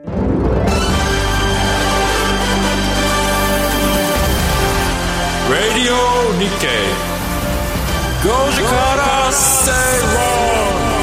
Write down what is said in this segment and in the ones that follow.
Radio Nikkei 5時から正論。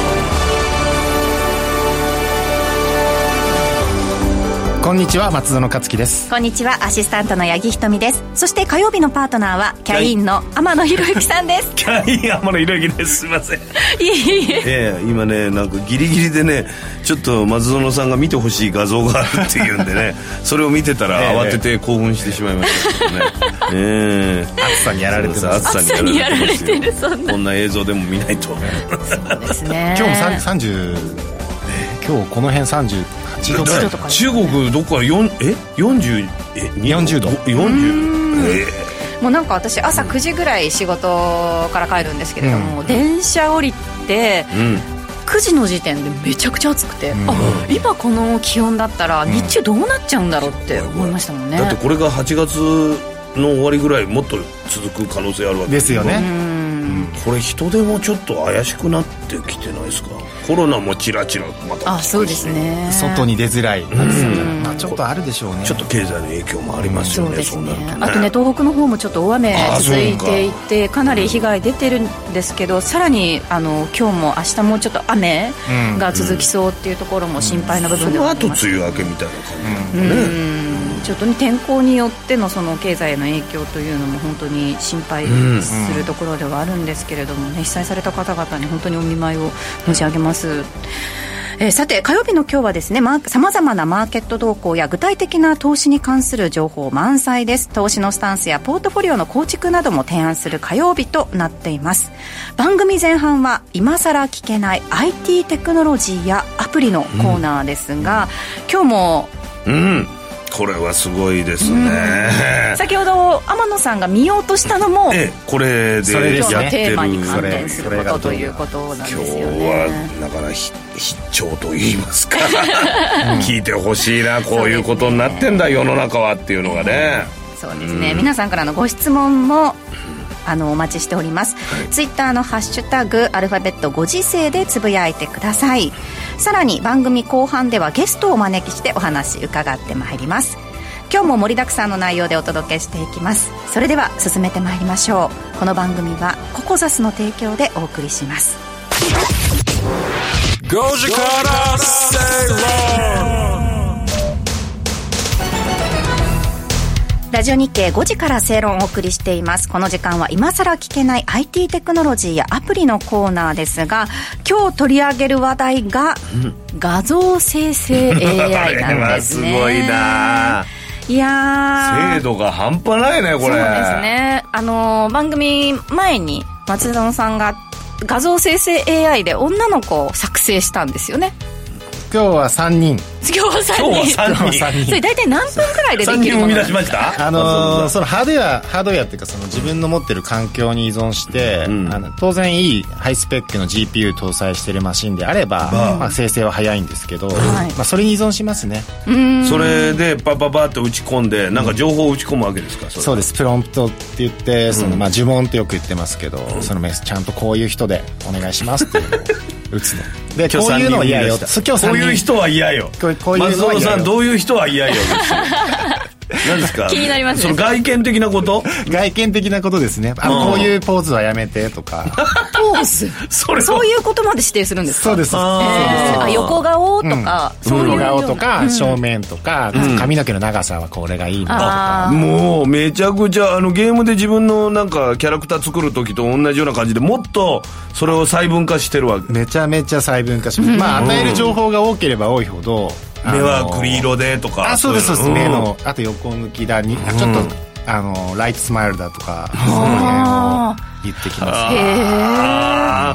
こんにちは、松園克樹です。 こんにちは、アシスタントの八木ひとみです。そして火曜日のパートナーはキャインの天野博之さんです。 キャイン天野博之です。すいません。 いえ今ね、なんかギリギリでね、ちょっと松園さんが見てほしい画像があるっていうんでねそれを見てたら慌てて興奮してしまいましたけどね。 暑さにやられてます。 暑さにやられてる。 そんなこんな映像でも見ないと。 そうですね。 今日も30、今日この辺38度ぐらいとか、 中国どっか40度もうなんか私朝9時ぐらい仕事から帰るんですけれども、電車降りて、9時の時点でめちゃくちゃ暑くて、今この気温だったら日中どうなっちゃうんだろうって思いましたもんね。 だってこれが8月の終わりぐらいもっと続く可能性あるわけですよね。 これ人手もちょっと怪しくなってきてないですか。コロナもチラチラまた、 そうですね。 外に出づらい暑さが、ちょっとあるでしょうね。 ちょっと経済の影響もありますよね。 そうですね。 そうなるとね。 あとね、東北の方もちょっと大雨続いていて、かなり被害出てるんですけど、さらに今日も明日もちょっと雨が続きそうっていうところも心配な部分ではあります。 その後梅雨明けみたいな感じなんだね。 ちょっとね、天候によってのその経済への影響というのも本当に心配するところではあるんですけれどもね、被災された方々に本当にお見舞いを申し上げます。さて火曜日の今日はですね、さまざまなマーケット動向や具体的な投資に関する情報満載です。投資のスタンスやポートフォリオの構築なども提案する火曜日となっています。番組前半は今さら聞けない IT テクノロジーやアプリのコーナーですが、今日もこれはすごいですね。 先ほど天野さんが見ようとしたのも、 これでやってる。 テーマに関連することということなんですよね。 今日はだから必聴と言いますか聞いてほしいな、こういうことになってんだ、世の中はっていうのがね。 そうですね。皆さんからのご質問もお待ちしております。ツイッターのハッシュタグアルファベット5時世でつぶやいてください。さらに番組後半ではゲストをお招きしてお話伺ってまいります。今日も盛りだくさんの内容でお届けしていきます。それでは進めてまいりましょう。この番組はココザスの提供でお送りします。 5時から正論。 ラジオ日経5時から正論をお送りしています。この時間は今さら聞けない IT テクノロジーやアプリのコーナーですが、今日取り上げる話題が画像生成 AI なんですね。 すごいな。 いや精度が半端ないね、これ。 そうですね。番組前に松園さんが画像生成 AI で女の子を作成したんですよね。 今日は3人。 今日は3人。それ大体何分くらいでできるもの？ 3人生み出しました。 そのハードウェアっていうか、その自分の持ってる環境に依存して、当然いいハイスペックの GPU 搭載してるマシンであれば、生成は早いんですけど、それに依存しますね。 それでパッと打ち込んで、なんか情報を打ち込むわけですか？ そうです。プロンプトって言って、呪文ってよく言ってますけど、そのちゃんとこういう人でお願いしますっていうのを打つので、こういうのは嫌よ。 こういう人は嫌よ。松園さん、どういう人は嫌よ。何ですか？ 気になりますね。 その外見的なこと？ 外見的なことですね。こういうポーズはやめてとか。 ポーズ？そういうことまで指定するんですか？ そうです。 横顔とか、 そういう顔とか、正面とか、髪の毛の長さはこれがいいのとか。 もうめちゃくちゃゲームで自分のなんかキャラクター作る時と同じような感じで、もっとそれを細分化してるわけ。 めちゃめちゃ細分化します。与える情報が多ければ多いほど、 目は栗色でとか。 そうです。目のあと横向きだにちょっとライトスマイルだとか、その辺を言ってきます。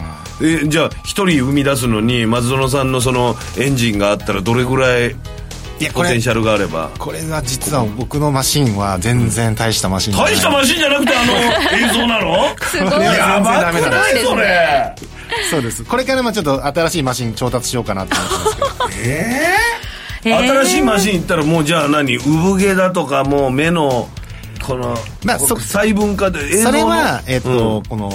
じゃあ一人生み出すのに松園さんのそのエンジンがあったらどれぐらいポテンシャルがあれば？これが実は僕のマシンは全然大したマシンじゃない。 大したマシンじゃなくて映像なの？ すごい。 やばくないそれ。 そうです。これからちょっと新しいマシン調達しようかなって思ってますけど。新しいマシンいったらもうじゃあ産毛だとか、もう目のこの細分化で映像のそれはこの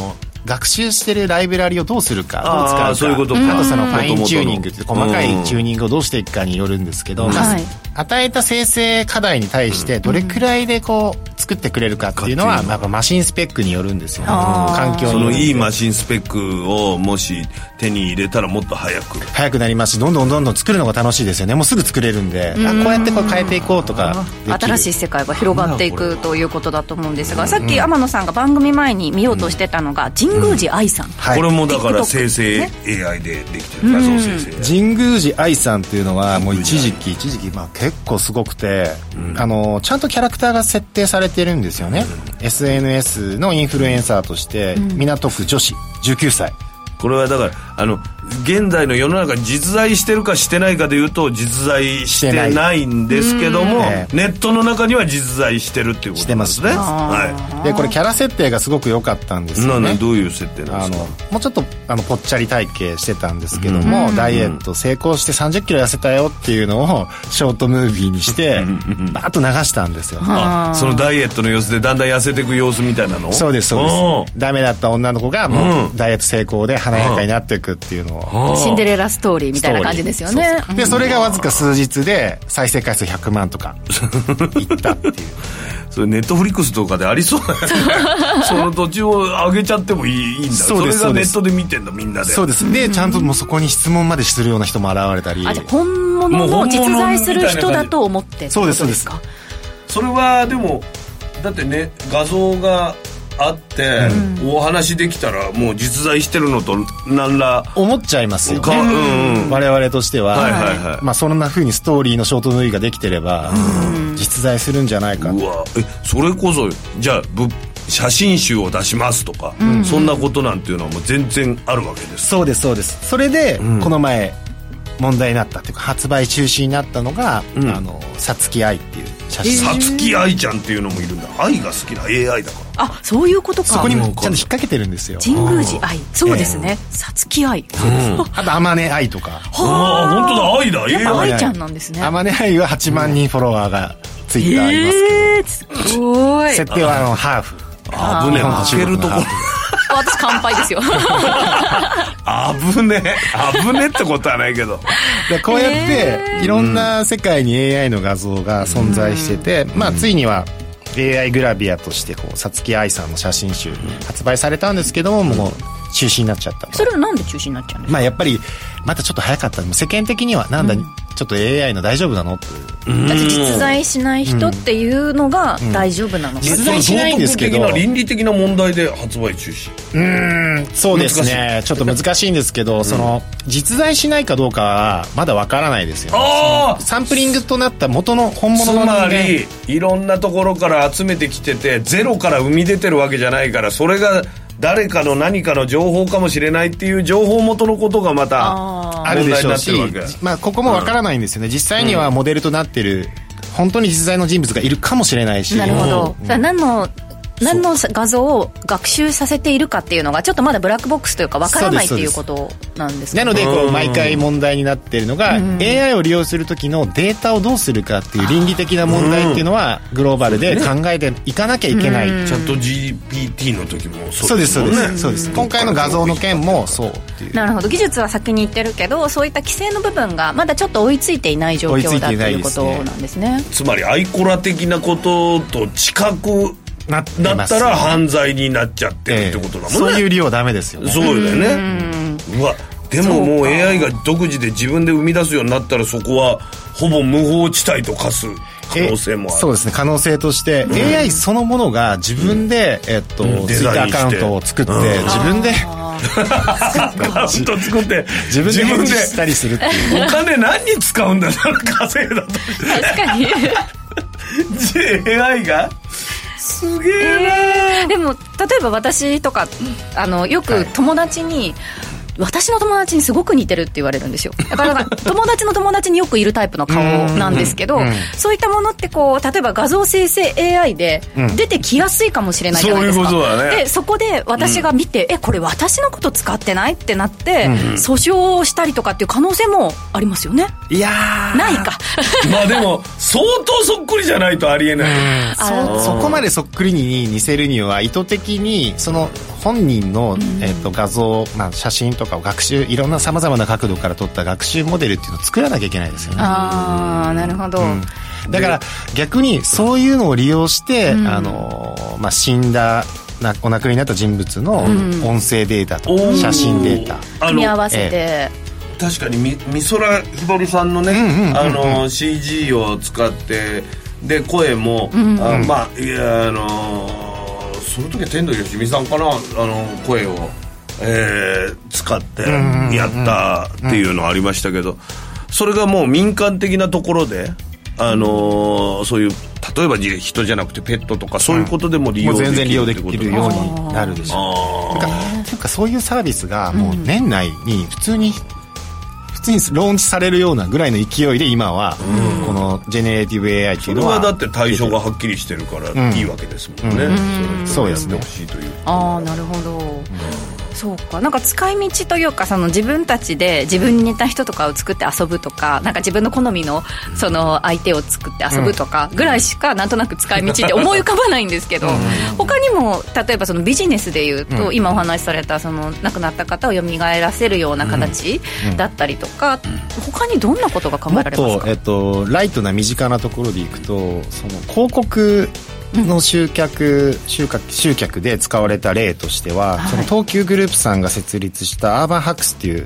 学習してるライブラリをどうするか、どう使うか、 そういうことか。 あとそのファインチューニングって細かいチューニングをどうしていくかによるんですけど、与えた生成課題に対してどれくらいでこう作ってくれるかっていうのは、やっぱマシンスペックによるんですよね。環境にそのいいマシンスペックをもし手に入れたらもっと早くなりますし、どんどん作るのが楽しいですよね。もうすぐ作れるんで、こうやってこう変えていこうとか新しい世界が広がっていくということだと思うんですが、さっき天野さんが番組前に見ようとしてたのが神宮寺愛さん、 これもだから生成 AI でできてる画像生成。 神宮寺愛さんっていうのはもう一時期結構すごくて、ちゃんとキャラクターが設定されてるんですよね。SNS のインフルエンサーとして港区女子19歳。 これはだから現在の世の中に実在してるかしてないかでいうと実在してないんですけども、ネットの中には実在してるっていうことなんですね。 でこれキャラ設定がすごく良かったんですよね。 どういう設定なんですか？ もうちょっとぽっちゃり体型してたんですけども、ダイエット成功して30キロ痩せたよっていうのをショートムービーにしてバーッと流したんですよ。 そのダイエットの様子でだんだん痩せていく様子みたいなの？ そうですそうです。ダメだった女の子がもうダイエット成功で華やかになっていくっていうのを、 シンデレラストーリーみたいな感じですよね。 でそれがわずか数日で再生回数100万とかいったっていうそれネットフリックスとかでありそうだよねその途中を上げちゃってもいいんだ。それがネットで見てんだみんなで。 そうです。でちゃんともうそこに質問までするような人も現れたり、 じゃあ本物の実在する人だと思ってそうですそうです。 それはでもだってね、画像があって、お話できたらもう実在してるのと何ら思っちゃいますよね、我々としては、そんな風にストーリーのショートムービーができてれば、実在するんじゃないか。 それこそじゃあ写真集を出しますとか、そんなことなんていうのはもう全然あるわけです。 そうですそうです。それで、この前問題になったっていうか発売中止になったのが、さつき愛っていう写真。 さつき愛ちゃんっていうのもいるんだ。愛が好きな AI だから。 あ、そういうことか。 そこにもちゃんと引っ掛けてるんですよ。 神宮寺愛、そうですね。さつき愛、 あと天音愛とか。 本当だ、愛だ。 やっぱ愛ちゃんなんですね。 天音愛は8万人フォロワーがツイッターありますけど、 すごい。 設定はハーフ。 危ねえ、負けるところ私乾杯ですよ危ねえってことはないけどでこうやっていろんな世界に AI の画像が存在してて、ついには AI グラビアとしてさつき愛さんの写真集発売されたんですけども、もう中止になっちゃった。 それはなんで中止になっちゃうんですか？ やっぱりまたちょっと早かった。世間的にはなんだ、ちょっと AI の大丈夫なのって実在しない人っていうのが大丈夫なのか、 実在しないんですけど、 倫理的な問題で発売中止。 そうですね、ちょっと難しいんですけど、その実在しないかどうかはまだわからないですよね。サンプリングとなった元の本物の人間、 つまりいろんなところから集めてきててゼロから生み出てるわけじゃないから、それが誰かの何かの情報かもしれないっていう情報元のことがまたあるでしょうし、ここもわからないんですよね。実際にはモデルとなってる本当に実在の人物がいるかもしれないし。 なるほど、何の画像を学習させているかっていうのがちょっとまだブラックボックスというかわからないっていうことなんですか。 なので毎回問題になっているのが、AI を利用する時のデータをどうするかっていう倫理的な問題っていうのはグローバルで考えていかなきゃいけない。 チャット GPT の時もそうですそうです。今回の画像の件もそうっていう。 なるほど、技術は先に行ってるけどそういった規制の部分がまだちょっと追いついていない状況だということなんですね。 つまりアイコラ的なことと近くだったら犯罪になっちゃってるってことだもんね。 そういう利用はダメですよね。 そうだよね。でももう AI が独自で自分で生み出すようになったら、そこはほぼ無法地帯と化す可能性もある。 そうですね、可能性として、AI そのものが自分で、ツイッターアカウントを作って、自分でアカウント作って自分で返事したりするっていう。 お金何に使うんだよ、稼いだと。 確かに AI がすげえな。 でも例えば私とかよく友達に、私の友達にすごく似てるって言われるんですよ。だから友達の友達によくいるタイプの顔なんですけど、そういったものって例えば画像生成 AI で出てきやすいかもしれないじゃないですか。 そういうことだね。 でそこで私が見て、これ私のこと使ってないってなって、訴訟したりとかっていう可能性もありますよね。 いやないかでも相当そっくりじゃないとありえない。 そこまでそっくりに似せるには意図的にその本人の、画像、写真とかをいろんなさまざまな角度から撮った学習モデルっていうのを作らなきゃいけないですよね。 なるほど、 だから逆にそういうのを利用して、死んだお亡くなりになった人物の音声データと写真データ組み合わせて、 確かに美空ひばりさんのね、CG を使ってで声も、その時は天童よしみさんかな、声を、使ってやったっていうのありましたけど、それがもう民間的なところでそういう例えば人じゃなくてペットとかそういうことでも利用できる、 全然利用できるようになるでしょう。というかそういうサービスがもう年内に普通にローンチされるようなぐらいの勢いで今はこのジェネレーティブ AI っていうのはそれはだって対象がはっきりしてるからいいわけですもんね。 そうですね。 なるほど、そうか。なんか使い道というか、その自分たちで自分に似た人とかを作って遊ぶとか、なんか自分の好みのその相手を作って遊ぶとかぐらいしかなんとなく使い道って思い浮かばないんですけど、他にも例えばそのビジネスでいうと、今お話しされたその亡くなった方を蘇らせるような形だったりとか、他にどんなことが考えられますか？ もっと、ライトな身近なところでいくと、その広告の集客で使われた例としては、その東急グループさんが設立したアーバンハックスっていう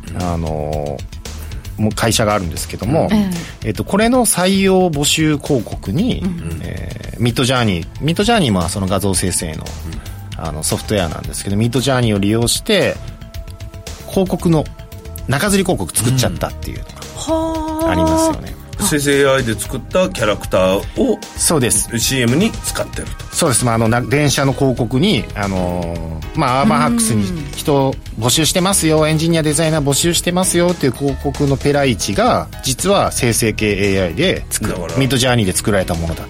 会社があるんですけども、これの採用募集広告に、ミッドジャーニーもその画像生成の、ソフトウェアなんですけど、ミッドジャーニーを利用して広告の中吊り広告作っちゃったっていうのがありますよね。 生成 AI で作ったキャラクターをそうです CM に使ってると。 そうです。電車の広告にアーバンハックスに人を募集してますよ、エンジニアデザイナー募集してますよっていう広告のペライチが実は生成系 AI でミッドジャーニーで作られたものだった。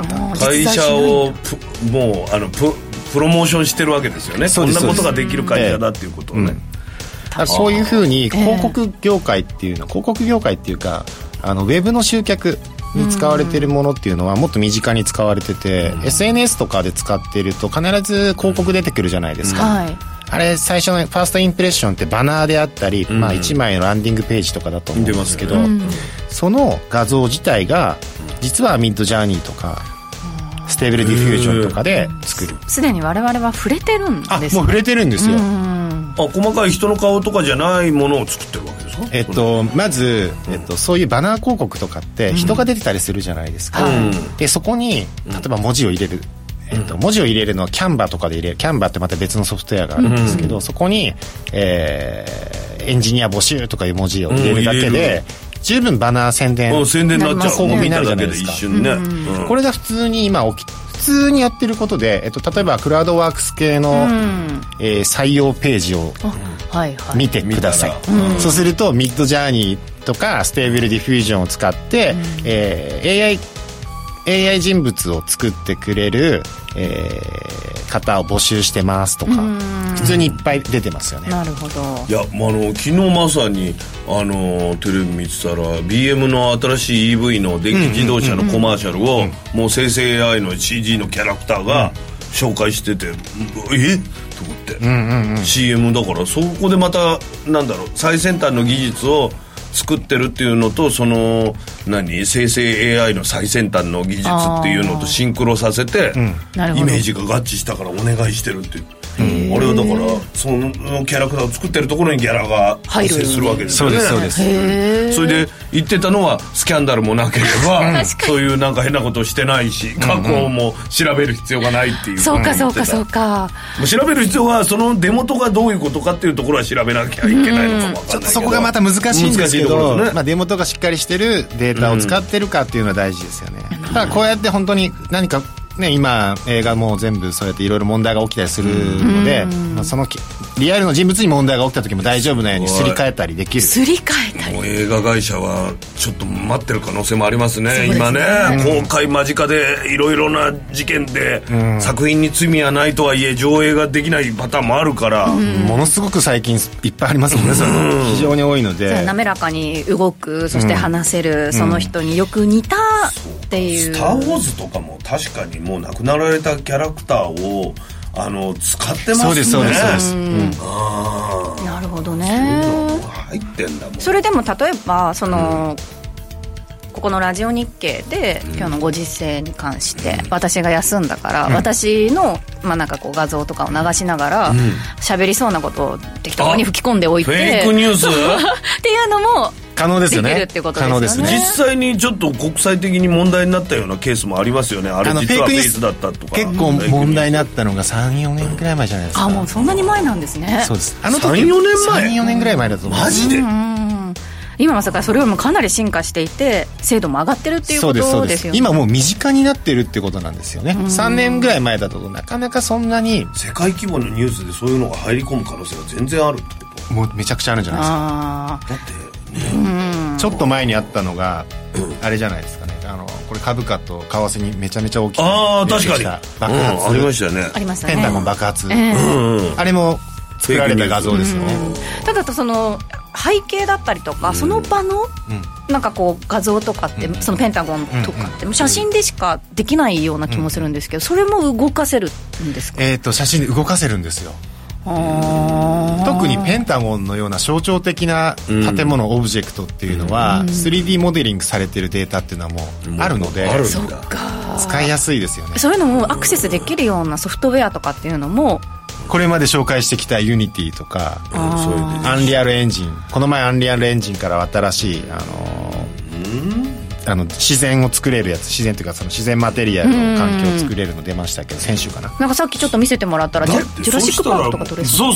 会社をもうプロモーションしてるわけですよね。こんなことができる会社だっていうことをね。 そういうふうに広告業界っていうかウェブの集客に使われているものっていうのはもっと身近に使われてて、SNS とかで使っていると必ず広告出てくるじゃないですか、あれ最初のファーストインプレッションってバナーであったり、1枚のランディングページとかだと思うんですけど、その画像自体が実はミッドジャーニーとかステーブルディフュージョンとかで作る。 すでに我々は触れてるんですね。 もう触れてるんですよ。 細かい人の顔とかじゃないものを作ってるわけですか？ まず、そういうバナー広告とかって人が出てたりするじゃないですか、でそこに例えば文字を入れる、文字を入れるのはキャンバとかで入れる。キャンバってまた別のソフトウェアがあるんですけど、そこに、エンジニア募集とかいう文字を入れるだけで、十分バナー宣伝になっちゃう広告になるじゃないですか。 一瞬ね、 これが普通に今普通にやってることで、例えばクラウドワークス系の、採用ページを見てください、そうするとミッドジャーニーとかステーブルディフュージョンを使って、AI 人物を作ってくれる、方を募集してますとか、普通にいっぱい出てますよね。 なるほど。 いや、昨日まさにテレビ見てたら BM の新しい EV の電気自動車のコマーシャルをもう生成 AI の CG のキャラクターが紹介してて、と思って、CM だからそこでまた最先端の技術を作ってるっていうのと、その生成 AI の最先端の技術っていうのとシンクロさせて、イメージが合致したからお願いしてるっていう。あれはだからそのキャラクターを作ってるところにギャラが発生するわけですよね。 そうです。 それで言ってたのはスキャンダルもなければそういう変なことしてないし、過去も調べる必要がないっていう。 そうか。 調べる必要はその出元がどういうことかっていうところは調べなきゃいけないのかも分かんないけど、 そこがまた難しいんですけど、出元がしっかりしてるデータを使ってるかっていうのは大事ですよね。ただこうやって本当に何かね、今映画も全部そうやっていろいろ問題が起きたりするので、そのリアルの人物に問題が起きた時も大丈夫なようにすり替えたりできる。 すり替えたり。 もう映画会社はちょっと待ってる可能性もありますね。今ね、公開間近でいろいろな事件で、作品に罪はないとはいえ上映ができないパターンもあるから、 ものすごく最近いっぱいありますもんね。非常に多いので、 滑らかに動く、そして話せる、その人によく似たっていう。 スター・ウォーズとかも確かにもう亡くなられたキャラクターを使ってますね。 そうですそうですそうです、 なるほどね。 入ってんだもん。 それでも例えばここのラジオ日経で今日のご時世に関して私が休んだから、私の、なんかこう画像とかを流しながら喋りそうなことを適当に吹き込んでおいて、 フェイクニュースっていうのも可能ですよね。 できるってことですよね。 可能ですね。 実際にちょっと国際的に問題になったようなケースもありますよね。あれ実はフェイスだったとか。 結構問題になったのが 3,4 年くらい前じゃないですか。 もうそんなに前なんですね。 そうです。 3,4年前 3,4 年ぐらい前だと思う。 マジで。 今まさかそれよりもかなり進化していて精度も上がってるっていうことですよね。そうですそうです。 今もう身近になってるってことなんですよね。3年ぐらい前だとなかなかそんなに世界規模のニュースでそういうのが入り込む可能性が全然あるってこと。 もうめちゃくちゃあるんじゃないですか。だって、ちょっと前にあったのが、あれじゃないですかね。これ株価と為替にめちゃめちゃ大きな確かに爆発、 ありましたね。 ありましたね。 ペンタゴン爆発、あれも作られた画像ですよね。 ただその背景だったりとか、その場のなんかこう画像とかって、そのペンタゴンとかって写真でしかできないような気もするんですけど、それも動かせるんですか？ 写真で動かせるんですよ。特にペンタゴンのような象徴的な建物、オブジェクトっていうのは 3D モデリングされてるデータっていうのはもうあるので、使いやすいですよね。 そういうのもアクセスできるようなソフトウェアとかっていうのもこれまで紹介してきたユニティとか、アンリアルエンジン、この前アンリアルエンジンから新しい自然を作れるやつ、自然というかその自然マテリアルの環境を作れるの出ましたけど、先週かな。 なんかさっきちょっと見せてもらったらジュラシックパークとか撮れそう、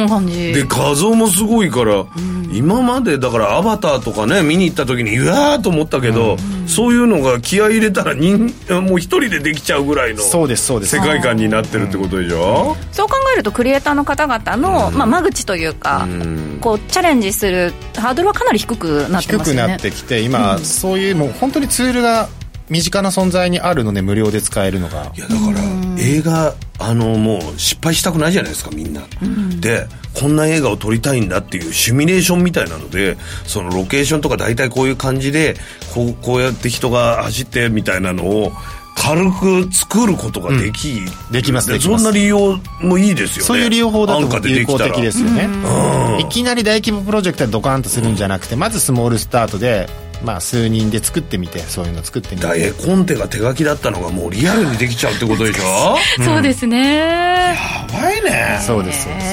感じで画像もすごいから、今までだからアバターとかね見に行った時にうわーと思ったけど、そういうのが気合い入れたらもう一人でできちゃうぐらいの世界観になってるってことでしょ。 そう考えるとクリエイターの方々の、間口というか、こうチャレンジするハードルはかなり低くなってますよね。 低くなってきて今、そういうもう本当にツールが身近な存在にあるので無料で使えるのが。 いやだから映画もう失敗したくないじゃないですかみんな、でこんな映画を撮りたいんだっていうシミュレーションみたいなので、そのロケーションとか大体こういう感じでこうやって人が走ってみたいなのを軽く作ることができます。そんな利用もいいですよね。 そういう利用法だと有効的ですよね。いきなり大規模プロジェクトでドカーンとするんじゃなくて、まずスモールスタートで数人で作ってみて、そういうの作ってみて、 絵コンテが手書きだったのがもうリアルにできちゃうってことでしょ。 そうですね。 やばいね。 そうですそうです。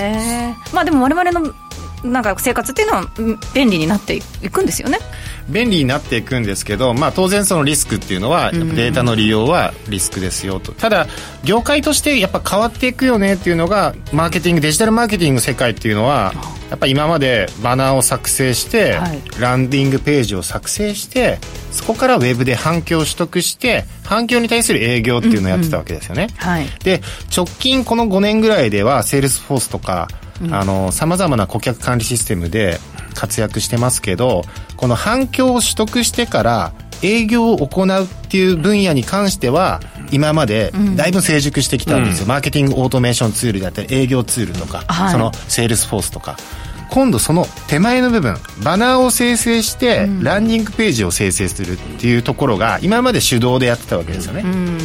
でも我々のなんか生活っていうのは便利になっていくんですよね。 便利になっていくんですけど、当然そのリスクっていうのは、データの利用はリスクですよと。ただ業界としてやっぱ変わっていくよねっていうのが、デジタルマーケティング世界っていうのはやっぱ今までバナーを作成して、ランディングページを作成して、そこからウェブで反響を取得して反響に対する営業っていうのをやってたわけですよね。で直近この5年ぐらいではセールスフォースとか様々な顧客管理システムで活躍してますけど、この反響を取得してから営業を行うっていう分野に関しては今までだいぶ成熟してきたんですよ。マーケティングオートメーションツールだったり営業ツールとか、そのセールスフォースとか、今度その手前の部分、バナーを生成してランディングページを生成するっていうところが今まで手動でやってたわけですよね。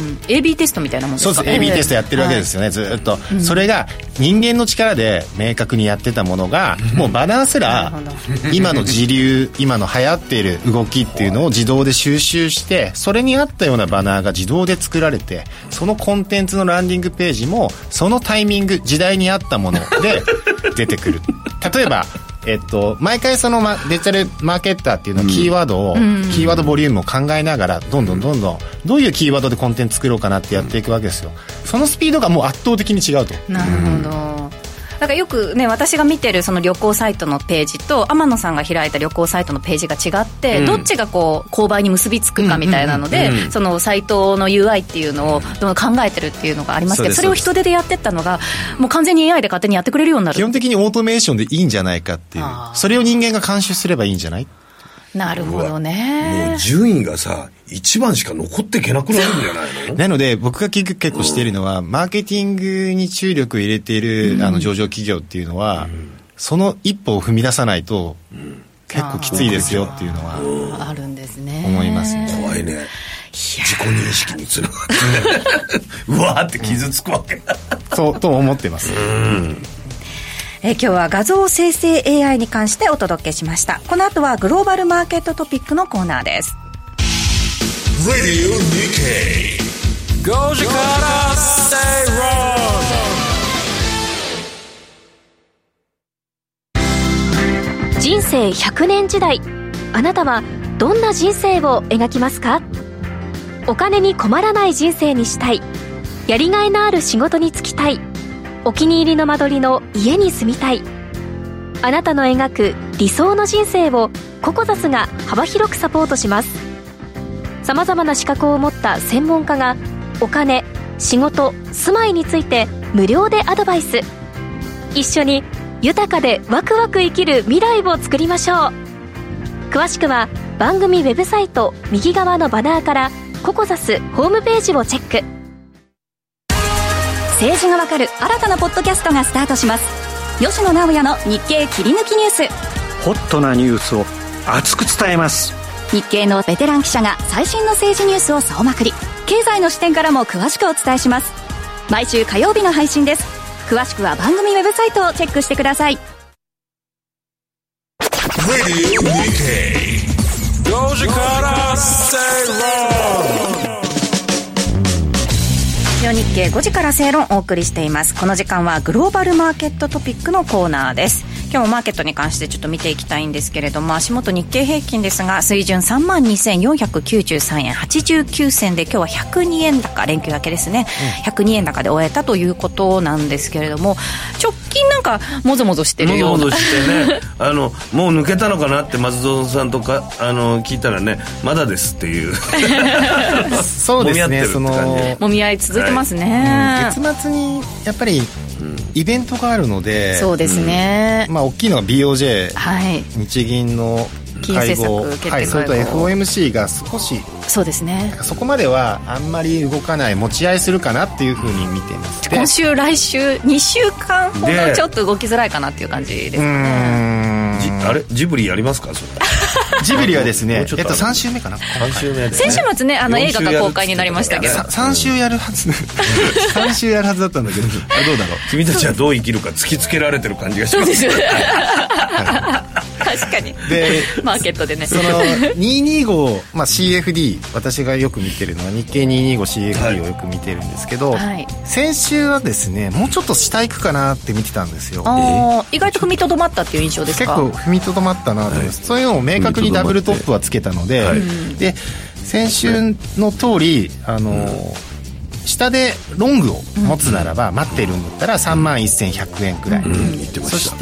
AB テストみたいなもんですか。 そうです。AB テストやってるわけですよね、ずっと。それが人間の力で明確にやってたものが、もうバナーすら今の時流、今の流行っている動きっていうのを自動で収集して、それに合ったようなバナーが自動で作られて、そのコンテンツのランディングページもそのタイミング、時代に合ったもので出てくる。例えば毎回そのデジタルマーケッターっていうのはキーワードを、キーワードボリュームを考えながらどんどんどういうキーワードでコンテンツ作ろうかなってやっていくわけですよ。そのスピードがもう圧倒的に違うと。 なるほど。なんかよくね、私が見てるその旅行サイトのページと天野さんが開いた旅行サイトのページが違って、どっちがこう購買に結びつくかみたいなので、そのサイトの UI っていうのをどんどん考えてるっていうのがありますけど、それを人手でやってったのがもう完全に AI で勝手にやってくれるようになる。 基本的にオートメーションでいいんじゃないかっていう、それを人間が監修すればいいんじゃない。 なるほどね。 もう順位がさ1番しか残っていけなくなるんじゃないの。 なので僕が結構しているのは、マーケティングに注力を入れている上場企業っていうのは、その一歩を踏み出さないと結構きついですよっていうのはあるんですね。 思いますね。 怖いね。 自己認識につながってうわーって傷つくわけ、 そうと思ってます。 今日は画像生成 AI に関してお届けしました。この後はグローバルマーケットトピックのコーナーです。 Radio Nikkei 5時から Stay Wrong。 人生100年時代、あなたはどんな人生を描きますか？お金に困らない人生にしたい、やりがいのある仕事に就きたい、お気に入りの間取りの家に住みたい。あなたの描く理想の人生をココザスが幅広くサポートします。さまざまな資格を持った専門家がお金、仕事、住まいについて無料でアドバイス。一緒に豊かでワクワク生きる未来を作りましょう。詳しくは番組ウェブサイト右側のバナーからココザスホームページをチェック。 政治がわかる新たなポッドキャストがスタートします。吉野直也の日経切り抜きニュース。 ホットなニュースを熱く伝えます。 日経のベテラン記者が最新の政治ニュースを総まくり、経済の視点からも詳しくお伝えします。毎週火曜日の配信です。詳しくは番組ウェブサイトをチェックしてください。 Radio Nikkei 5時から Stay Wrong。 日経5時から正論をお送りしています。この時間はグローバルマーケットトピックのコーナーです。今日もマーケットに関してちょっと見ていきたいんですけれども、足元日経平均ですが水準 32,493 円89銭で今日は102円高、連休明けですね、102円高で終えたということなんですけれども、直近なんかもぞもぞしてるような、 もぞもぞしてねもう抜けたのかなって松園さんとか聞いたらね、まだですっていうそうですね、 もみ合い続いてますね、 はい、月末にやっぱりイベントがあるので、 そうですね、 大きいのが BOJ、 はい、 日銀の会合、はい、それと FOMC が少し、 そうですね、 そこまではあんまり動かない、持ち合いするかなっていうふうに見ています。 今週来週2週間ほどちょっと動きづらいかなっていう感じですね。 あれジブリやりますか？それジブリはですね、3週目かな、 3週目で、 先週末ね、映画が公開になりましたけど、 3週やるはず3週やるはずだったんだけど、どうだろう、 君たちはどう生きるか突きつけられてる感じがします。 確かにでマーケットでね、 その225、CFD、 私がよく見てるのは日経 225CFD をよく見てるんですけど、はい、先週はですね、もうちょっと下行くかなって見てたんですよ。 意外と踏みとどまったっていう印象ですか？ 結構踏みとどまったなと思います、はい、そういうのを明確にダブルトップはつけたので、はい、で先週の通り下でロングを持つならば、待っているんだったら 31,100 円くらい、そして、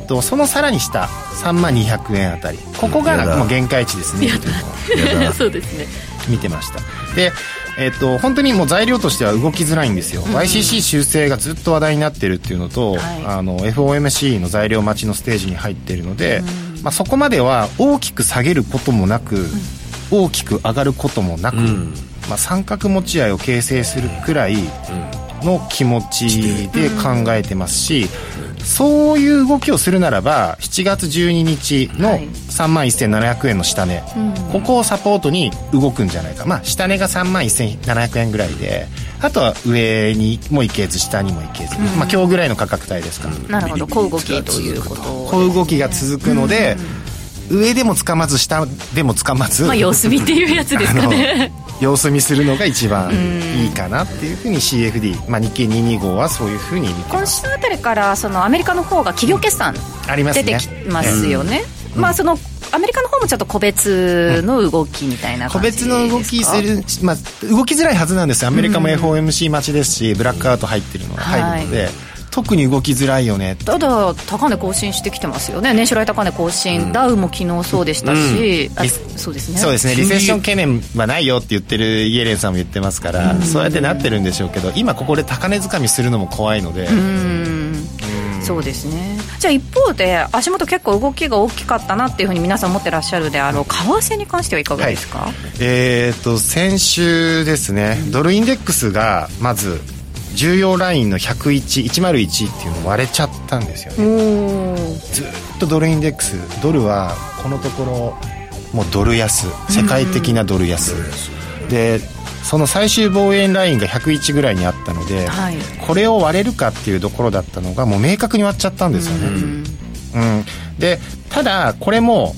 そのさらに下 32,000 円あたり、ここがもう限界値ですねそうですね、 見てました。で本当にもう材料としては動きづらいんですよ、YCC 修正がずっと話題になってるっていうのと、FOMC の材料待ちのステージに入っているので、そこまでは大きく下げることもなく、大きく上がることもなく、三角持ち合いを形成するくらいの気持ちで考えてますし、そういう動きをするならば7月12日の 31,700 円の下値、ここをサポートに動くんじゃないか。下値が 31,700 円ぐらいで、あとは上にも行けず下にも行けず、今日ぐらいの価格帯ですから、 なるほど、小動きということ、 小動きが続くので、上でもつかまず下でもつかまず、 様子見っていうやつですかね様子見するのが一番いいかなっていうふうに CFD、日経225はそういうふうに見てます。 今週あたりからそのアメリカの方が企業決算出てきますよね。そのアメリカの方もちょっと個別の動きみたいな感じですか？個別の動きする、動きづらいはずなんですよ。アメリカも FOMC 待ちですし、ブラックアウト入ってるのが入るので、特に動きづらいよね。 ただ高値更新してきてますよね。年初来高値更新、ダウも昨日そうでしたし、そうですね、 そうですね、リセッション懸念はないよって言ってるイエレンさんも言ってますから、そうやってなってるんでしょうけど、今ここで高値掴みするのも怖いので、 そうですね。じゃあ一方で足元結構動きが大きかったなっていうふうに皆さん思ってらっしゃるであろう為替に関してはいかがですか？ 先週ですね、ドルインデックスがまず重要ラインの101っていうの割れちゃったんですよね。ずっとドルインデックス、ドルはこのところもうドル安、世界的なドル安でその最終防衛ラインが101ぐらいにあったので、はい、これを割れるかっていうところだったのがもう明確に割っちゃったんですよね。でただこれも、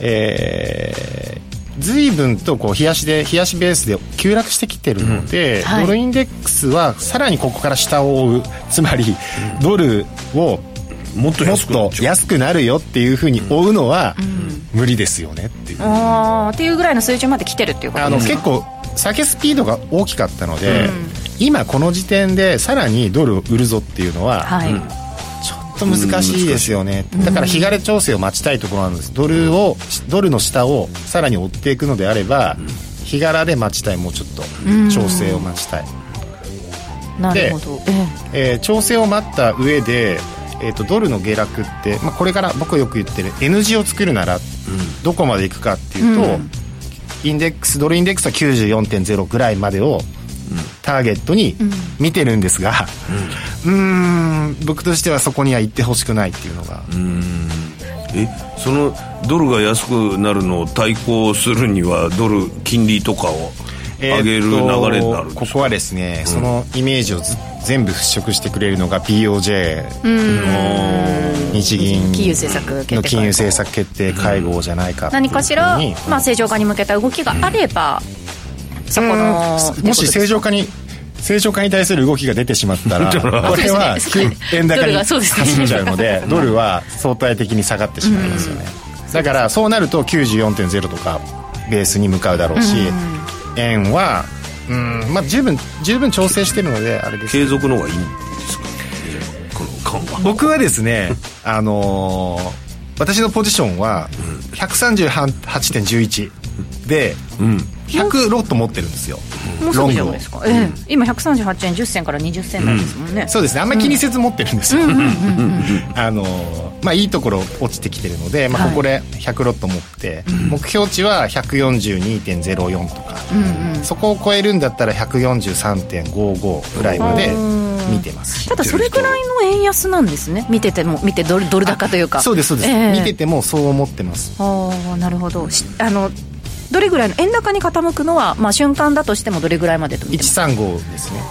随分とこう冷やしベースで急落してきてるので、はい、ドルインデックスはさらにここから下を追う、つまりドルをもっと安くなるよっていうふうに追うのは無理ですよねっていう、 っていうぐらいの水準まで来てるっていうことですか。 結構下げスピードが大きかったので、今この時点でさらにドルを売るぞっていうのは、はい、ちょっと難しいですよね。だから日枯れ調整を待ちたいところなんです。ドルの下をさらに追っていくのであれば、日柄で待ちたい、もうちょっと調整を待ちたい。 なるほど。 調整を待った上で、ドルの下落って、これから僕よく言ってる N 字を作るならどこまでいくかっていうと、ドルインデックスは 94.0 ぐらいまでをターゲットに見てるんですが、僕としてはそこには行ってほしくないっていうのが。 そのドルが安くなるのを対抗するにはドル金利とかを上げる流れになるんですか。 ここはですね、そのイメージを全部払拭してくれるのが BOJ の日銀の金融政策決定会合じゃないか。 何かしら、正常化に向けた動きがあれば、そこのもし正常化に対する動きが出てしまったらこれは円高に走っちゃうので、ドルは相対的に下がってしまいますよね。だからそうなると 94.0 とかベースに向かうだろうし、円は十分調整してるのであれです。 継続の方がいいんですか、この緩和。 僕はですね、私のポジションは 138.11 で、100ロット持ってるんですよ。 もうすぐじゃないですか。今138円10銭から20銭台ですもんね。 そうですね、あんまり気にせず持ってるんですよ。いいところ落ちてきてるので、ここで100ロット持って、目標値は 142.04 とか、そこを超えるんだったら 143.55 ぐらいまで見てます。 ただそれぐらいの円安なんですね。見てドル高というか。 そうですそうです、見ててもそう思ってます。 なるほど。どれぐらいの円高に傾くのは、瞬間だとしてもどれぐらいまでと見てますか。 135ですね。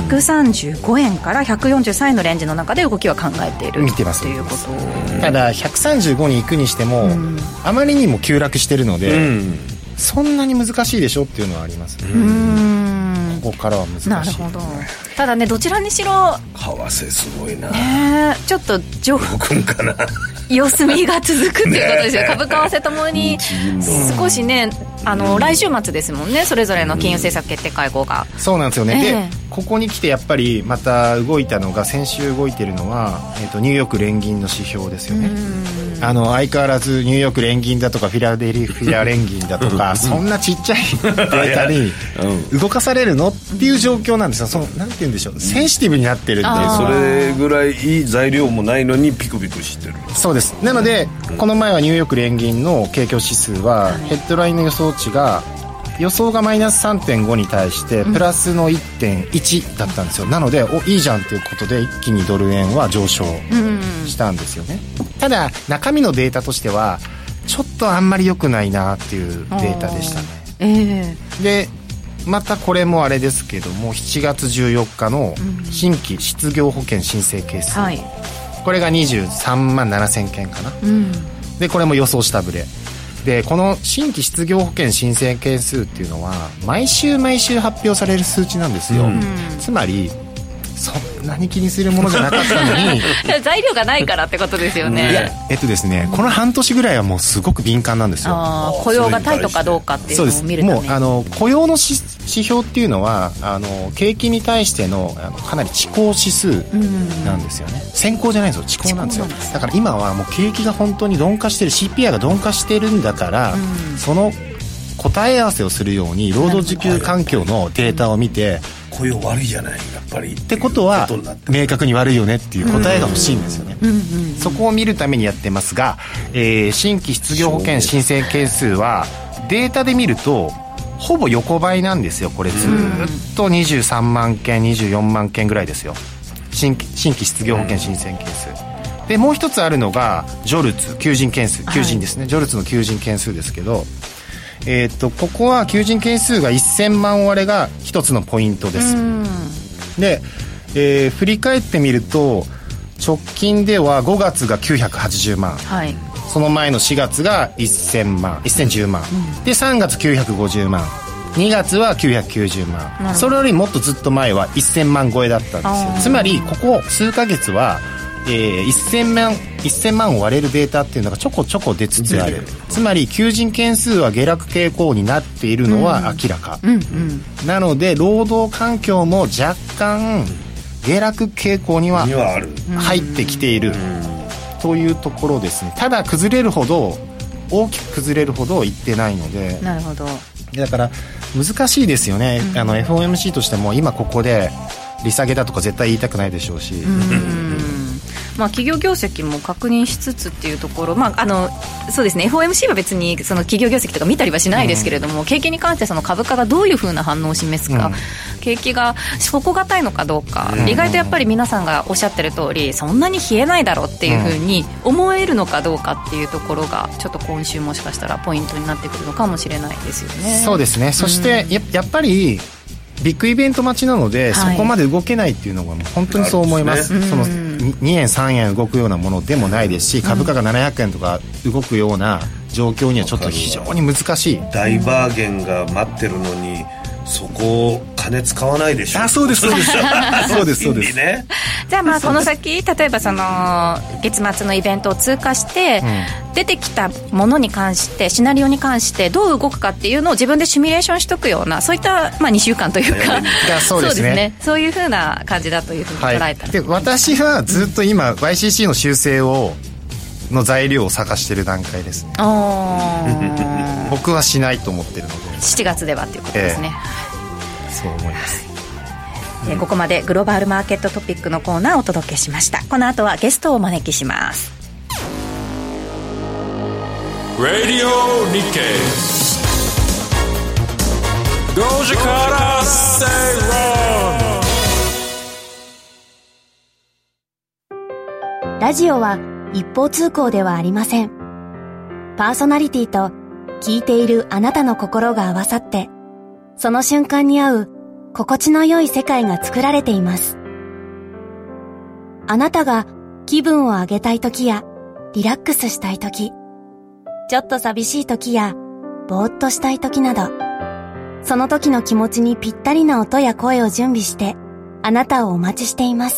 135円から143円のレンジの中で動きは考えている見てますということ。 ただ135に行くにしても、あまりにも急落してるので、そんなに難しいでしょっていうのはあります。ここからは難しい。 なるほど。ただね、どちらにしろ為替すごいな、 ちょっと動くんかな様子見が続くっていうことですよ。株為替ともに少しね、来週末ですもんね、それぞれの金融政策決定会合が。 そうなんですよね。でここに来てやっぱりまた動いたのが、先週動いてるのは、ニューヨーク連銀の指標ですよね。相変わらずニューヨーク連銀だとかフィラデルフィア連銀だとかそんなちっちゃいデータに動かされるのっていう状況なんですよ。なんて言うんでしょう、センシティブになってるっていう。 それぐらいいい材料もないのにピクピクしてる。 そうです。なので、この前はニューヨーク連銀の景況指数はヘッドラインの予想値が予想がマイナス 3.5 に対してプラスの 1.1 だったんですよ。なのでいいじゃんということで一気にドル円は上昇したんですよね。ただ中身のデータとしてはちょっとあんまり良くないなっていうデータでしたね。でまたこれもあれですけども、7月14日の新規失業保険申請件数、これが23万7000件かな、でこれも予想下振れで、この新規失業保険申請件数っていうのは毎週発表される数値なんですよ。つまりそんなに気にするものじゃなかったのに材料がないからってことですよね。 いやですね、この半年ぐらいはもうすごく敏感なんですよ。 雇用がタイトかどうかっていうのを見るために。 もう雇用の指標っていうのは景気に対してのかなり遅行指数なんですよね。先行じゃないんですよ、遅行なんですよ。だから今はもう景気が本当に鈍化してる、 CPI が鈍化してるんだから、その答え合わせをするように労働需給環境のデータを見て、 雇用悪いじゃないやっぱりってことは明確に悪いよねっていう答えが欲しいんですよね。そこを見るためにやってますが、新規失業保険申請件数はデータで見るとほぼ横ばいなんですよ。これずっと23万件24万件ぐらいですよ、新規失業保険申請件数で。もう一つあるのがジョルツ求人件数、求人ですね、ジョルツの求人件数ですけど、 ここは求人件数が1000万割れが一つのポイントです。で、振り返ってみると直近では5月が980万、はい、その前の4月が1010万、で3月950万、2月は990万、それよりもっとずっと前は1000万超えだったんですよ。つまりここ数ヶ月は、1000万を割れるデータっていうのがちょこちょこ出つつある。つまり求人件数は下落傾向になっているのは明らか、なので労働環境も若干下落傾向には入ってきているというところですね。ただ大きく崩れるほどいってないので。 なるほど。 だから難しいですよね、FOMC としても今ここで利下げだとか絶対言いたくないでしょうし、 企業業績も確認しつつっていうところ、そうですね、 FOMC は別にその企業業績とか見たりはしないですけれども、景気に関してその株価がどういうふうな反応を示すか、景気が底堅いのかどうか、意外とやっぱり皆さんがおっしゃってる通りそんなに冷えないだろうっていうふうに思えるのかどうかっていうところがちょっと今週もしかしたらポイントになってくるのかもしれないですよね。 そうですね。そしてやっぱりビッグイベント待ちなので、そこまで動けないっていうのが本当にそう思います。その2円3円動くようなものでもないですし、株価が700円とか動くような状況にはちょっと非常に難しい。 大バーゲンが待ってるのにそこを金使わないでしょ。 そうですそうですそうですそうです、 ね、じゃあこの先例えばその月末のイベントを通過して、出てきたものに関してシナリオに関してどう動くかっていうのを自分でシミュレーションしとくような、そういった、2週間というかそうですね、 そういう風な感じだというふうに捉えたら、 で私はずっと今、YCC の修正の材料を探してる段階ですね。僕はしないと思ってるので、 7月ではということですね、 そう思います。 ここまでグローバルマーケットトピックのコーナーをお届けしました。この後はゲストをお招きします。 Radio Nikkei 5時から正論。ラジオは一方通行ではありません。パーソナリティと聞いているあなたの心が合わさって、その瞬間に合う心地の良い世界が作られています。あなたが気分を上げたい時やリラックスしたい時、ちょっと寂しい時やぼーっとしたい時など、その時の気持ちにぴったりな音や声を準備してあなたをお待ちしています。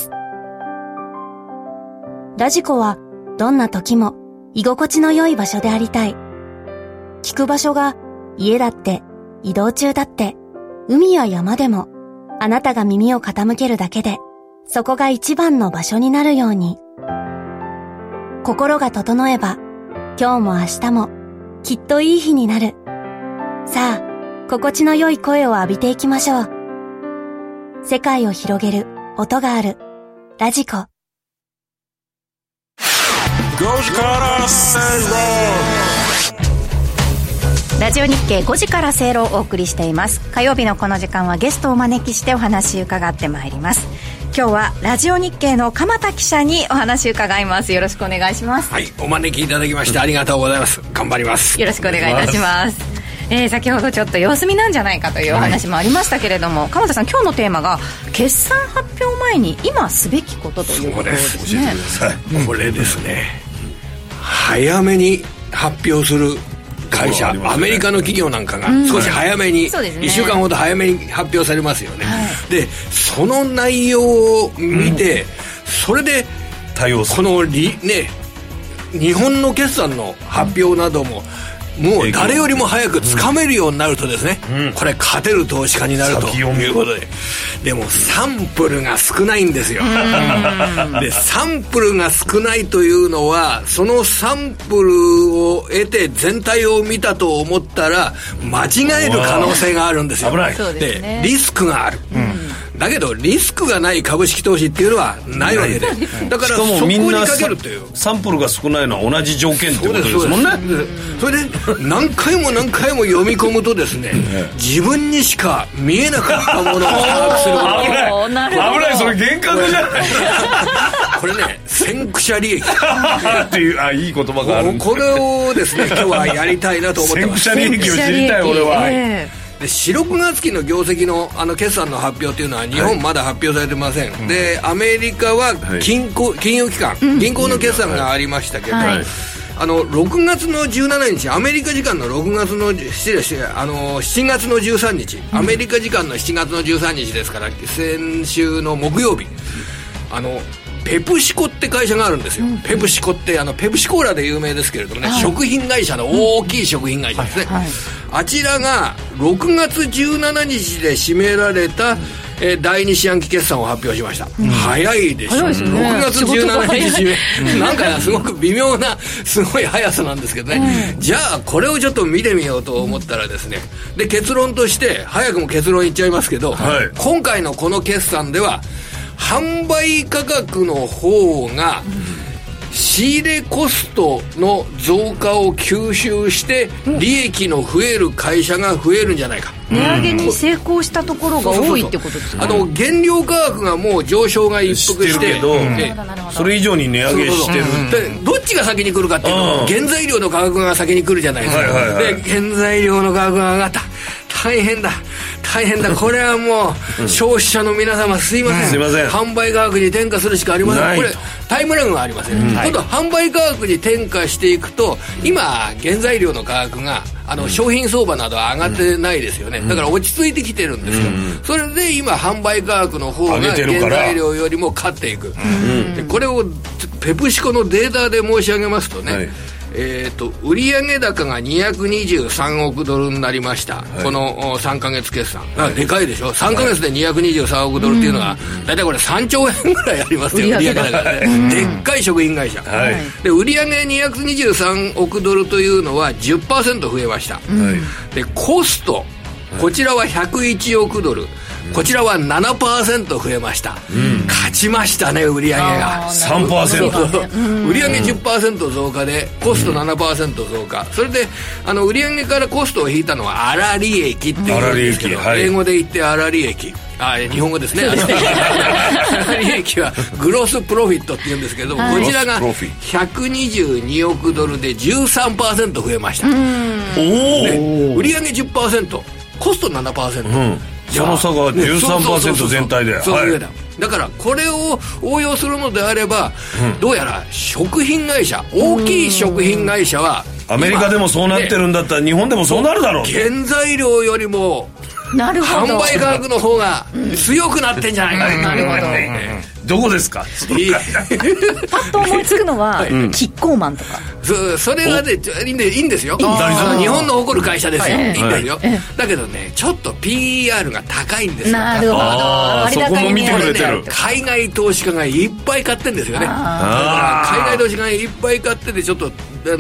ラジコはどんな時も居心地の良い場所でありたい。聞く場所が家だって移動中だって海や山でも、あなたが耳を傾けるだけでそこが一番の場所になるように。心が整えば今日も明日もきっといい日になる。さあ、心地の良い声を浴びていきましょう。世界を広げる音があるラジコ。 5時から正論。 ラジオ日経5時から正論をお送りしています。火曜日のこの時間はゲストをお招きしてお話伺ってまいります。今日はラジオ日経の鎌田記者にお話伺います。よろしくお願いします。 はい、お招きいただきましてありがとうございます。頑張ります。 よろしくお願いいたします。先ほどちょっと様子見なんじゃないかというお話もありましたけれども、鎌田さん、今日のテーマが決算発表前に今すべきことということですね。 そうです。教えてください。これですね、早めに発表する会社、アメリカの企業なんかが少し早めに、1週間ほど早めに発表されますよね、でその内容を見て、それで対応する。 この日本の決算の発表などももう誰よりも早くつかめるようになるとですね、これ勝てる投資家になるということで、でもサンプルが少ないんですよ。でサンプルが少ないというのは、そのサンプルを得て全体を見たと思ったら間違える可能性があるんですよ。 危ない。 でリスクがある、だけどリスクがない株式投資っていうのはないわけで、だからそこにかけるという、 サンプルが少ないのは同じ条件ってことですもんね。 それで何回も何回も読み込むとですね、自分にしか見えなかったものを把握することが危ない。それ幻覚じゃないこれね先駆者利益っていういい言葉があるんですこれをですね今日はやりたいなと思ってます。 先駆者利益を知りたい俺は、 で4、6月期の業績の決算の発表というのは日本まだ発表されてません、でアメリカは金融機関、銀行の決算がありましたけど、6月の17日アメリカ時間の7月の13日、アメリカ時間の7月の13日ですから、先週の木曜日ペプシコって会社があるんですよ、ペプシコってペプシコーラで有名ですけれどもね、食品会社の大きい食品会社ですね、あちらが6月17日で占められた第2四半期決算を発表しました、早いでしょ、 早いですね、 6月17日なんかすごく微妙なすごい速さなんですけどね、じゃあこれをちょっと見てみようと思ったらですね、で結論として早くも結論言っちゃいますけど、今回のこの決算では販売価格の方が仕入れコストの増加を吸収して利益の増える会社が増えるんじゃないか、 値上げに成功したところが多いってことですか。 原料価格がもう上昇が一服してそれ以上に値上げしてる、 でどっちが先に来るかっていうと原材料の価格が先に来るじゃないですか、で原材料の価格が上がった、大変だこれはもう消費者の皆様すいません、販売価格に転嫁するしかありません。これタイムラグがありません、今度販売価格に転嫁していくと今原材料の価格が商品相場などは上がってないですよね、だから落ち着いてきてるんですよ、それで今販売価格の方が原材料よりも勝っていく、でこれをペプシコのデータで申し上げますとね、売上高が223億ドルになりました、この3ヶ月決算、でかいでしょ、3ヶ月で223億ドルっていうのは大体これ3兆円ぐらいありますよ、売上高がね、でっかい食品会社、で売上223億ドルというのは 10% 増えました、でコストこちらは101億ドル、こちらは 7% 増えました、勝ちましたね、売上が 3%、売上 10% 増加でコスト 7% 増加、それで売上からコストを引いたのは粗利益っていうんですけど、英語で言って粗利益、日本語ですね粗利益はグロスプロフィットって言うんですけど、こちらが122億ドルで 13% 増えました、売上 10% コスト 7%、 その差が 13% 全体で、 だからこれを応用するのであれば、どうやら食品会社、大きい食品会社はアメリカでもそうなってるんだったら日本でもそうなるだろう、 原材料よりも販売価格の方が強くなってんじゃないか、 なるほどどこですかパッと思いつくのはキッコーマンとか、 それがねいいんですよ、日本の誇る会社ですよ、いいんですよ、だけどねちょっと PR が高いんですよ。 なるほど、 そこも見てくれてる、 海外投資家がいっぱい買ってんですよね、海外投資家がいっぱい買っててちょっと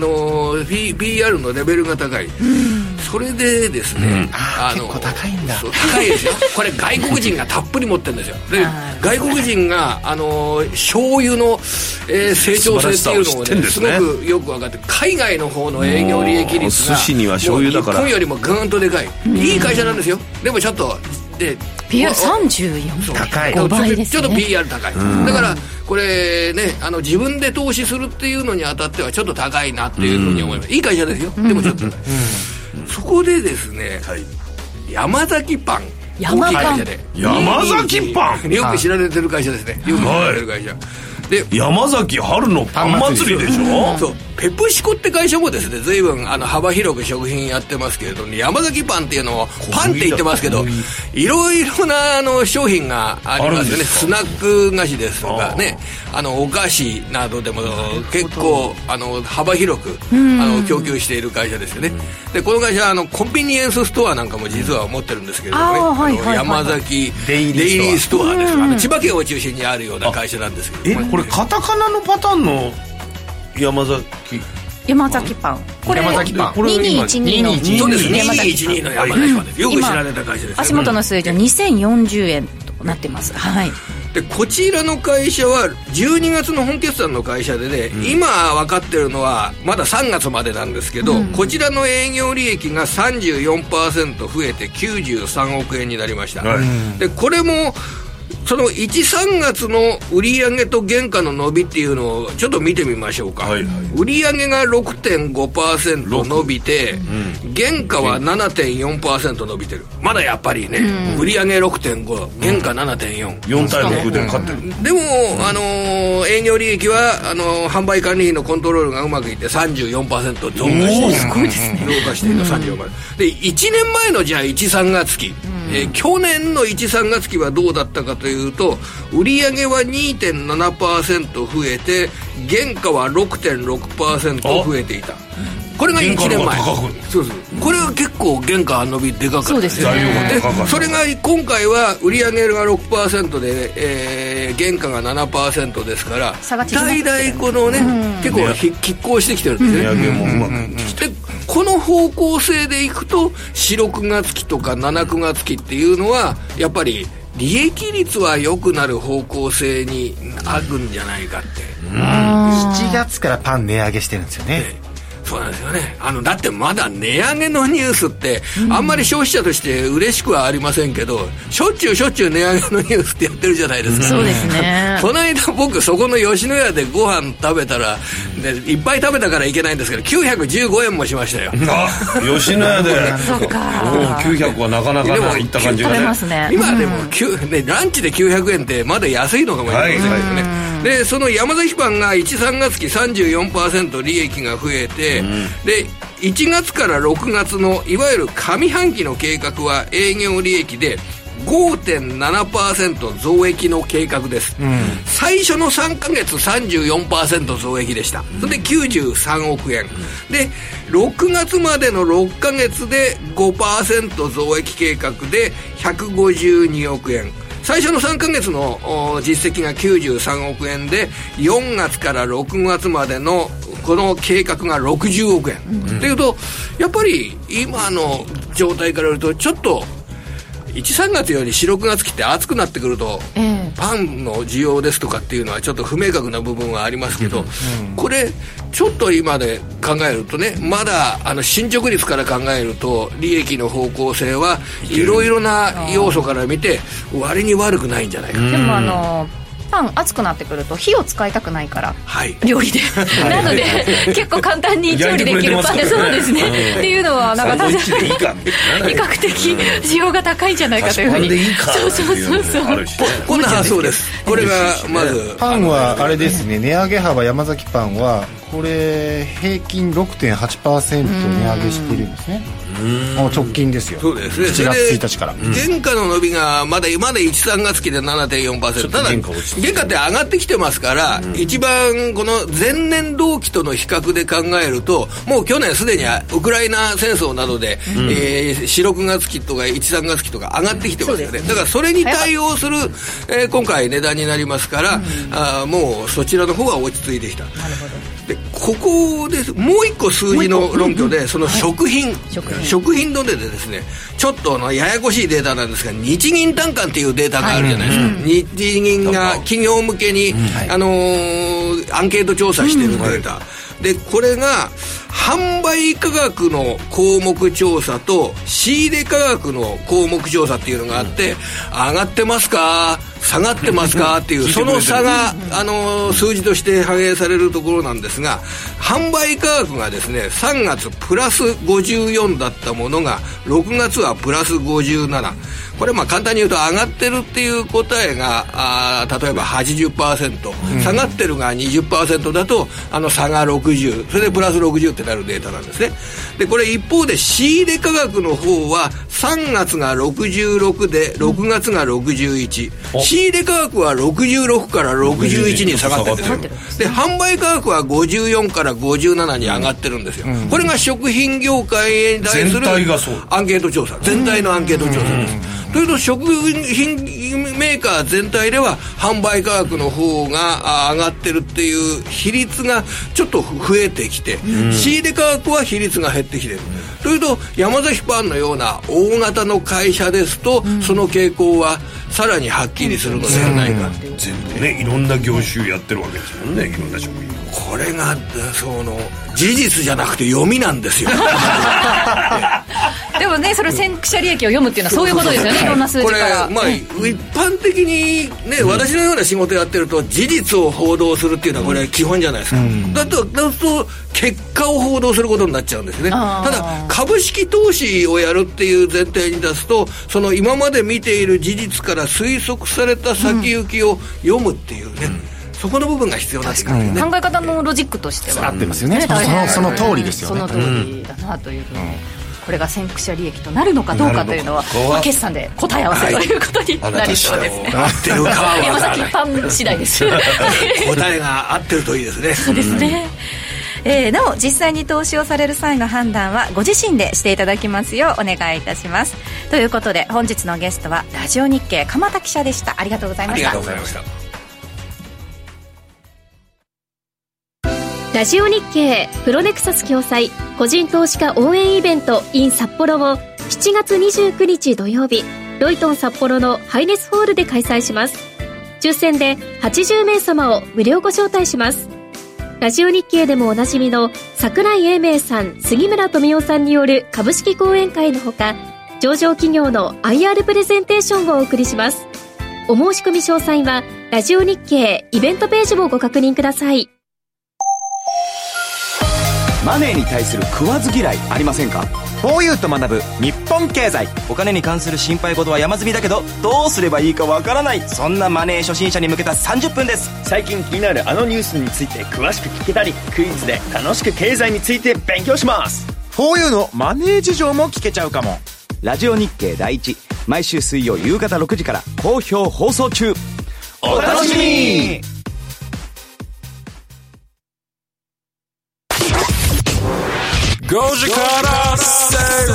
PR のレベルが高い、それでですね、 結構高いんだ、 高いですよこれ外国人がたっぷり持ってるんですよ、で外国人が醤油の、成長性っていうのをねすごくよく分かって、海外の方の営業利益率が寿司には醤油だからもう日本よりもぐーんとでかい、いい会社なんですよ、でもちょっとで PR34 高い、 ちょっと PR 高い、だからこれね自分で投資するっていうのにあたってはちょっと高いなっていうふうに思います、いい会社ですよ、でもちょっと高い、そこでですね、山崎パン、大きい会社で山崎パンよく知られてる会社ですね、よく知られてる会社で、 山崎春のパン祭りでしょ、 そうペプシコって会社もですね随分幅広く食品やってますけれども、山崎パンっていうのをパンって言ってますけどいろいろな商品がありますよね、スナック菓子ですとかね、お菓子などでも結構幅広く供給している会社ですよね、でこの会社コンビニエンスストアなんかも実は持ってるんですけれどもね、山崎デイリーストアです、千葉県を中心にあるような会社なんですけど、 これカタカナのパターンの山崎パン、これ山崎パン 2212のそうです、2212の山崎パンです、よく知られた会社です、 足元の水準2040円となってます、 でこちらの会社は12月の本決算の会社でね、今分かってるのはまだ3月までなんですけど、こちらの営業利益が 34% 増えて93億円になりました、でこれもその1、3月の売上と原価の伸びっていうのをちょっと見てみましょうか、はいはい、売上が 6.5% 伸びて、原価は 7.4% 伸びてる。まだやっぱりね、売上 6.5 原価 7.4、 4対6で勝ってる。 でも、営業利益は販売管理費のコントロールがうまくいって 34% 増加してすごいですね。 増加しているの 34%で、1年前のじゃあ1、3月期、去年の1、3月期はどうだったかというと、売上は 2.7% 増えて原価は 6.6% 増えていた。これが1年前。そうそう、これは結構原価伸びでかかった。 そうですね。 でそれが今回は売上が 6% で、原価が 7% ですから、大々このね、結構拮抗してきてるんですね。 値上げもうまくきて、 この方向性でいくと4、6月期とか7、9月期っていうのはやっぱり利益率は良くなる方向性にあるんじゃないかって。 7月からパン値上げしてるんですよね。 そうなんですよね。だってまだ値上げのニュースってあんまり消費者として嬉しくはありませんけど、しょっちゅう値上げのニュースってやってるじゃないですか。 そうですね。 この間僕そこの吉野家でご飯食べたら、いっぱい食べたからいけないんですけど915円もしましたよ。 吉野家でそうか、 900はなかなかいった感じがね。 食べますね。 今でも、ランチで900円ってまだ安いのかもしれないですけどね。でその山崎パンが1、3月期 34% 利益が増えて、で1月から6月のいわゆる上半期の計画は営業利益で 5.7% 増益の計画です、最初の3ヶ月 34% 増益でした。それで93億円、で6月までの6ヶ月で 5% 増益計画で152億円。最初の3ヶ月の実績が93億円で、4月から6月までのこの計画が60億円、っていうとやっぱり今の状態から言うとちょっと1、3月より4、6月期って暑くなってくると、パンの需要ですとかっていうのはちょっと不明確な部分はありますけど、これちょっと今で考えるとね、まだ進捗率から考えると利益の方向性はいろいろな要素から見て割に悪くないんじゃないか。 でもパン熱くなってくると火を使いたくないから、料理でなので結構簡単に調理できるパンで、そうですね、っていうのはなんか比較的需要が高いんじゃないかというふうに。 こんな発想です。これがまずパンはあれですね、値上げ幅山崎パンはこれ平均 6.8% 値上げしてるんですね。直近ですよ。 そうですね。 7月1日から。 原価の伸びがまだ1、3月期で 7.4%。ただ原価って上がってきてますから、一番この前年同期との比較で考えると、もう去年すでにウクライナ戦争などで、4、6月期とか1、3月期とか上がってきてますよね。だからそれに対応する、今回値段になりますから、もうそちらの方が落ち着いてきた。なるほど。でここでもう一個数字の論拠で、その食品のでですね、ちょっとややこしいデータなんですが、日銀短観っていうデータがあるじゃないですか、日銀が企業向けに、アンケート調査してるデータ、でこれが販売価格の項目調査と仕入れ価格の項目調査っていうのがあって、上がってますか下がってますかっていうその差が数字として反映されるところなんですが、販売価格がですね3月プラス54だったものが6月はプラス57。これ簡単に言うと上がってるっていう答えが例えば 80%、下がってるが 20% だと差が60、それでプラス60ってなるデータなんですね。でこれ一方で仕入れ価格の方は3月が66で6月が61、仕入れ価格は66から61に下がってるんですよ。で販売価格は54から57に上がってるんですよ。これが食品業界に対するアンケート調査、全体のアンケート調査です。というと食品メーカー全体では販売価格の方が上がってるっていう比率がちょっと増えてきて、仕入れ価格は比率が減ってきてる。 というと山崎パンのような大型の会社ですと、その傾向はさらにはっきりするのではないかっていう、 全部ねいろんな業種やってるわけですもんね、いろんな職員。 これがその事実じゃなくて読みなんですよでもね、それ先駆者利益を読むっていうのはそういうことですよね、いろんな数字から。 これ、一般的にね、私のような仕事やってると事実を報道するっていうのはこれ基本じゃないですか、だと結果を報道することになっちゃうんですね。ただ株式投資をやるっていう前提に出すと、その今まで見ている事実から推測された先行きを読むっていうね、そこの部分が必要なんですからね。 考え方のロジックとしては合ってますよね。その通りですよね。 その通りだなというふうに、これが先駆者利益となるのかどうかというのは、決算で答え合わせということになりそうですね。 合ってるかは山崎パン次第です答えが合ってるといいですね。 そうですね。なお実際に投資をされる際の判断はご自身でしていただきますようお願いいたします。ということで本日のゲストはラジオ日経鎌田記者でした。ありがとうございました。 ありがとうございました。 ラジオ日経プロネクサス共催個人投資家応援イベント in 札幌を7月29日土曜日、ロイトン札幌のハイネスホールで開催します。抽選で80名様を無料ご招待します。ラジオ日経でもおなじみの櫻井英明さん、杉村富夫さんによる株式講演会のほか、上場企業の IR プレゼンテーションをお送りします。お申し込み詳細はラジオ日経イベントページをご確認ください。 マネーに対する食わず嫌いありませんか？ 4U と学ぶ日本経済。お金に関する心配事は山積みだけど、どうすればいいかわからない、そんなマネー初心者に向けた30分です。 最近気になるあのニュースについて詳しく聞けたり、クイズで楽しく経済について勉強します。 4U のマネー事情も聞けちゃうかも。ラジオ日経第一、毎週水曜夕方6時から好評放送中。 お楽しみに。 5時から正論。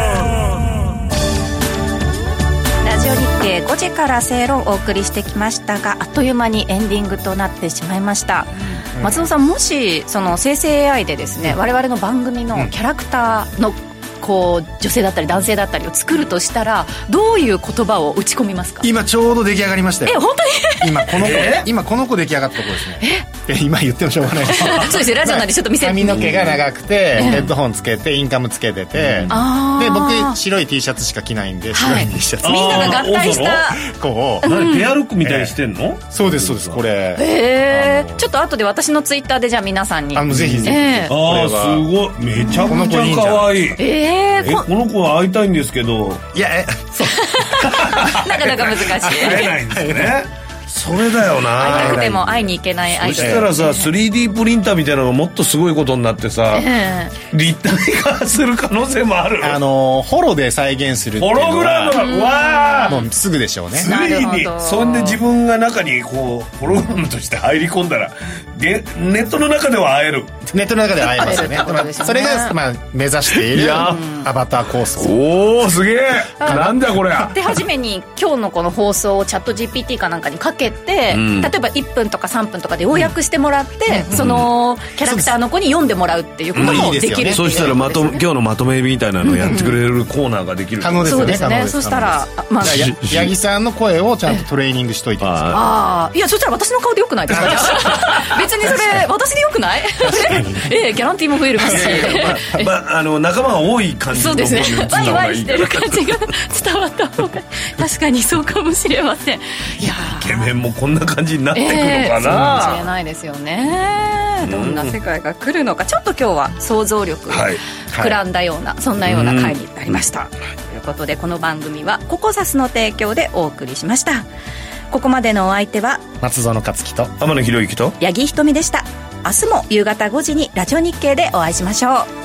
ラジオ日経5時から正論をお送りしてきましたが、あっという間にエンディングとなってしまいました。松尾さん、もしその生成 AI でですね、我々の番組のキャラクターのこう女性だったり男性だったりを作るとしたら、どういう言葉を打ち込みますか？ 今ちょうど出来上がりましたよ。 本当に今この子出来上がったところですね。今言ってもしょうがないですそうですよ、ラジオなんでちょっと見せて。 髪の毛が長くて、ヘッドホンつけてインカムつけてて、で僕白い T シャツしか着ないんで、白い T シャツ、 みんなが合体した子をペアルックみたいにしてんの？ そうですそうです。これちょっと後で私のツイッターでじゃあ皆さんにぜひぜひ。 すごい、めちゃくちゃ可愛い。この子は会いたいんですけど、 いやそうなかなか難しい。 会えないんですね。それだよな。 会いたくても会いに行けない相手。 そしたらさ、3D プリンターみたいなのがもっとすごいことになってさ、立体化する可能性もある。 ホロで再現するっていうのは、 ホログラムはもうすぐでしょうね。 ついにそんで自分が中にこうホログラムとして入り込んだら、ネットの中では会える。 ネットの中では会えますよね。それが目指しているアバター構想。 おーすげえ。なんだこれ。 で初めに今日のこの放送をチャット GPT かなんかにかけて、例えば1分とか3分とかで要約してもらって、そのキャラクターの子に読んでもらうっていうこともできる。 そうしたら今日のまとめみたいなのをやってくれるコーナーができる。 そうですね。そしたら八木さんの声をちゃんとトレーニングしといて。いや、そしたら私の顔でよくないですか？別にそれ私でよくない？ギャランティーも増えるし、 仲間が多い感じ。 そうですね。ワイワイしてる感じが伝わった方が確かにそうかもしれません。いやイケメンもこんな感じになってくるのかな。 そうかもしれないですよね。どんな世界が来るのか、ちょっと今日は想像力膨らんだような、そんなような回になりました。ということでこの番組はココザスの提供でお送りしました。ここまでのお相手は松園克樹と天野博之と八木ひとみでした。明日も夕方5時にラジオ日経でお会いしましょう。